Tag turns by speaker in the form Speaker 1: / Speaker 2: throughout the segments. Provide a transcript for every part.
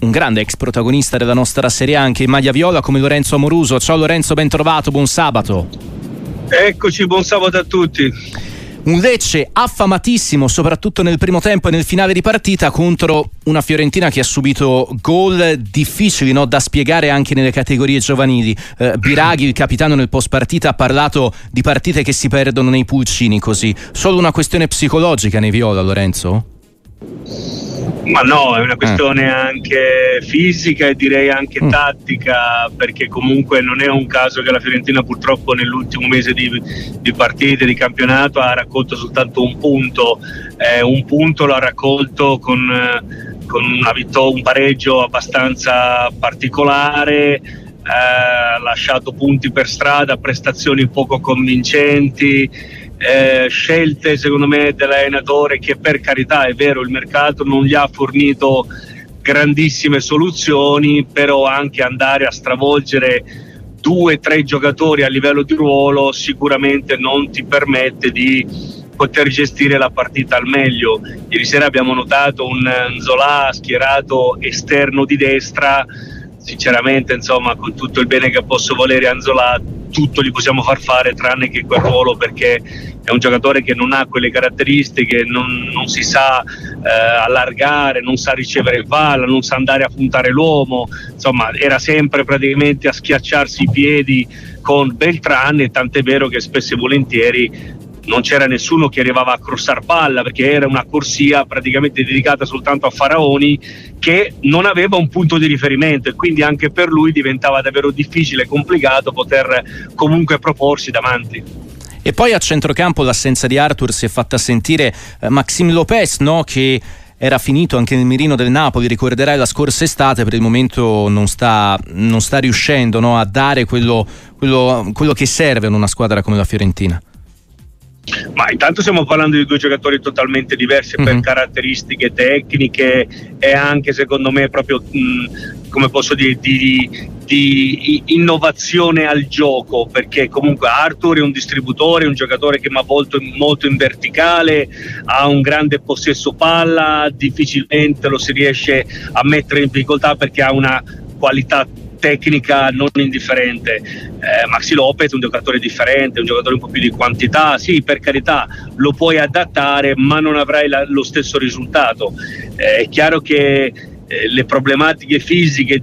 Speaker 1: un grande ex protagonista della nostra Serie A anche in maglia viola come Lorenzo Amoruso. Ciao Lorenzo, ben trovato, buon sabato.
Speaker 2: Eccoci, buon sabato a tutti.
Speaker 1: Un Lecce affamatissimo soprattutto nel primo tempo e nel finale di partita contro una Fiorentina che ha subito gol difficili, no, da spiegare anche nelle categorie giovanili. Biraghi, il capitano, nel post partita ha parlato di partite che si perdono nei pulcini così. Solo una questione psicologica nei viola, Lorenzo?
Speaker 2: Ma no, è una questione anche fisica e direi anche tattica, perché comunque non è un caso che la Fiorentina purtroppo nell'ultimo mese di partite di campionato ha raccolto soltanto un punto. Un punto l'ha raccolto con un pareggio abbastanza particolare, ha lasciato punti per strada, prestazioni poco convincenti. Scelte secondo me dell'allenatore che, per carità, è vero, il mercato non gli ha fornito grandissime soluzioni, però anche andare a stravolgere 2-3 giocatori a livello di ruolo sicuramente non ti permette di poter gestire la partita al meglio. Ieri sera abbiamo notato un Nzola schierato esterno di destra. Sinceramente, insomma, con tutto il bene che posso volere a Nzola, tutto gli possiamo far fare tranne che quel ruolo, perché è un giocatore che non ha quelle caratteristiche, non si sa allargare, non sa ricevere palla, non sa andare a puntare l'uomo. Insomma, era sempre praticamente a schiacciarsi i piedi con Beltran, e tant'è vero che spesso e volentieri non c'era nessuno che arrivava a crossar palla, perché era una corsia praticamente dedicata soltanto a Faraoni, che non aveva un punto di riferimento, e quindi anche per lui diventava davvero difficile e complicato poter comunque proporsi davanti.
Speaker 1: E poi a centrocampo l'assenza di Arthur si è fatta sentire. Maxime Lopez, no, che era finito anche nel mirino del Napoli, ricorderai la scorsa estate, per il momento non sta riuscendo, no, a dare quello che serve in una squadra come la Fiorentina.
Speaker 2: Ma intanto stiamo parlando di due giocatori totalmente diversi per caratteristiche tecniche e anche, secondo me, proprio come posso dire, di innovazione al gioco, perché comunque Arthur è un distributore, un giocatore che va molto in verticale, ha un grande possesso palla, difficilmente lo si riesce a mettere in difficoltà perché ha una qualità tecnica non indifferente. Maxi Lopez è un giocatore differente, un giocatore un po' più di quantità, sì, per carità, lo puoi adattare, ma non avrai lo stesso risultato. È chiaro che le problematiche fisiche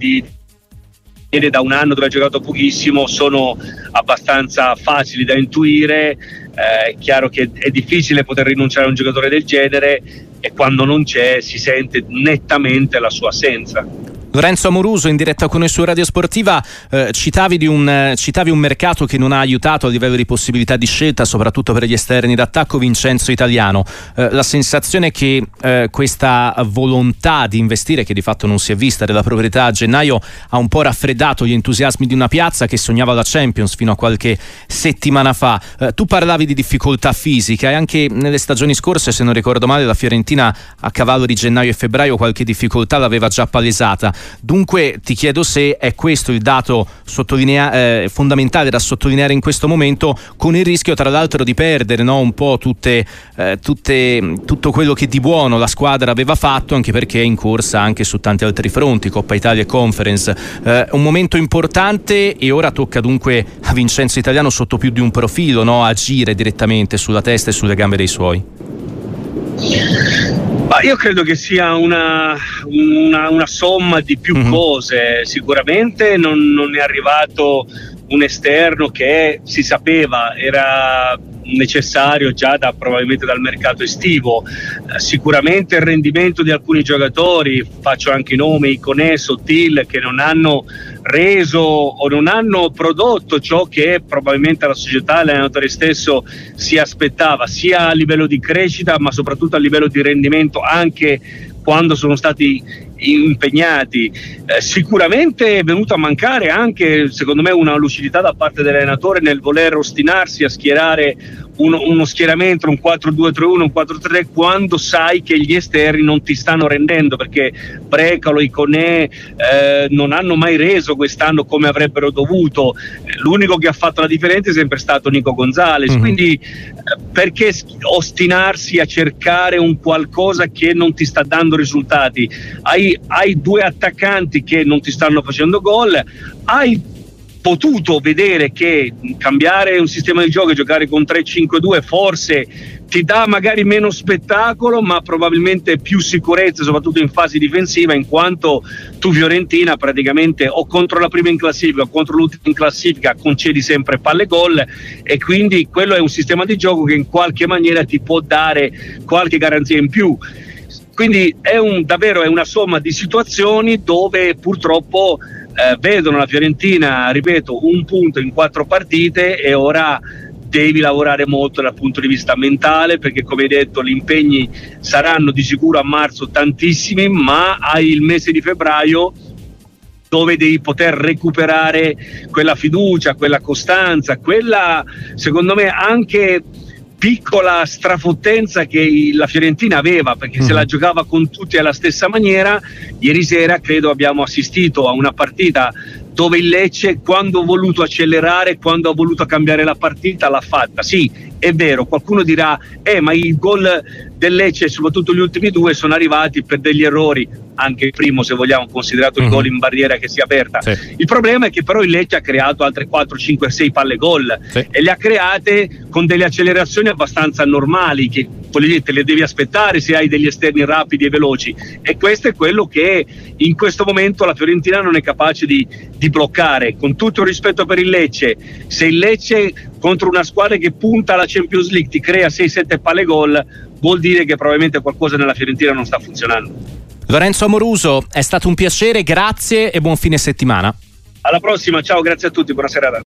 Speaker 2: da un anno dove ha giocato pochissimo sono abbastanza facili da intuire. È chiaro che è difficile poter rinunciare a un giocatore del genere, e quando non c'è si sente nettamente la sua assenza.
Speaker 1: Lorenzo Amoruso, in diretta con noi su Radio Sportiva, citavi un mercato che non ha aiutato a livello di possibilità di scelta, soprattutto per gli esterni d'attacco, Vincenzo Italiano. La sensazione è che questa volontà di investire, che di fatto non si è vista, della proprietà a gennaio, ha un po' raffreddato gli entusiasmi di una piazza che sognava la Champions fino a qualche settimana fa. Tu parlavi di difficoltà fisica, e anche nelle stagioni scorse, se non ricordo male, la Fiorentina a cavallo di gennaio e febbraio qualche difficoltà l'aveva già palesata. Dunque ti chiedo se è questo il dato fondamentale da sottolineare in questo momento, con il rischio tra l'altro di perdere, no, un po' tutto quello che di buono la squadra aveva fatto, anche perché è in corsa anche su tanti altri fronti, Coppa Italia e Conference. Un momento importante, e ora tocca dunque a Vincenzo Italiano, sotto più di un profilo, no, agire direttamente sulla testa e sulle gambe dei suoi.
Speaker 2: Ma io credo che sia una somma di più cose. Sicuramente non è arrivato un esterno che si sapeva era necessario già probabilmente dal mercato estivo. Sicuramente il rendimento di alcuni giocatori, faccio anche i nomi, Iconè, Sottil, che non hanno reso o non hanno prodotto ciò che probabilmente la società e l'allenatore stesso si aspettava, sia a livello di crescita ma soprattutto a livello di rendimento, anche quando sono stati impegnati. Sicuramente è venuto a mancare anche, secondo me, una lucidità da parte dell'allenatore nel voler ostinarsi a schierare uno schieramento, un 4-2-3-1, un 4-3, quando sai che gli esterni non ti stanno rendendo, perché Brecalo, Iconè non hanno mai reso quest'anno come avrebbero dovuto. L'unico che ha fatto la differenza è sempre stato Nico Gonzalez, quindi perché ostinarsi a cercare un qualcosa che non ti sta dando risultati? Hai due attaccanti che non ti stanno facendo gol, hai potuto vedere che cambiare un sistema di gioco e giocare con 3-5-2 forse ti dà magari meno spettacolo, ma probabilmente più sicurezza, soprattutto in fase difensiva, in quanto tu, Fiorentina, praticamente o contro la prima in classifica o contro l'ultima in classifica concedi sempre palle gol, e quindi quello è un sistema di gioco che in qualche maniera ti può dare qualche garanzia in più. Quindi davvero è una somma di situazioni dove purtroppo vedono la Fiorentina, ripeto, un punto in 4 partite, e ora devi lavorare molto dal punto di vista mentale, perché come hai detto gli impegni saranno di sicuro a marzo tantissimi, ma hai il mese di febbraio dove devi poter recuperare quella fiducia, quella costanza, quella, secondo me, anche piccola strafottenza che la Fiorentina aveva, perché se la giocava con tutti alla stessa maniera. Ieri sera credo abbiamo assistito a una partita dove il Lecce, quando ha voluto accelerare, quando ha voluto cambiare la partita, l'ha fatta. Sì, è vero, qualcuno dirà ma i gol del Lecce, soprattutto gli ultimi 2, sono arrivati per degli errori, anche il primo, se vogliamo, considerato il gol in barriera che si è aperta. Il problema è che però il Lecce ha creato altre 4, 5, 6 palle gol, e le ha create con delle accelerazioni abbastanza normali, che te le devi aspettare se hai degli esterni rapidi e veloci, e questo è quello che in questo momento la Fiorentina non è capace di bloccare. Con tutto il rispetto per il Lecce, se il Lecce contro una squadra che punta alla Champions League ti crea 6-7 palle gol, vuol dire che probabilmente qualcosa nella Fiorentina non sta funzionando.
Speaker 1: Lorenzo Amoruso, è stato un piacere, grazie e buon fine settimana.
Speaker 2: Alla prossima, ciao, grazie a tutti, buona serata.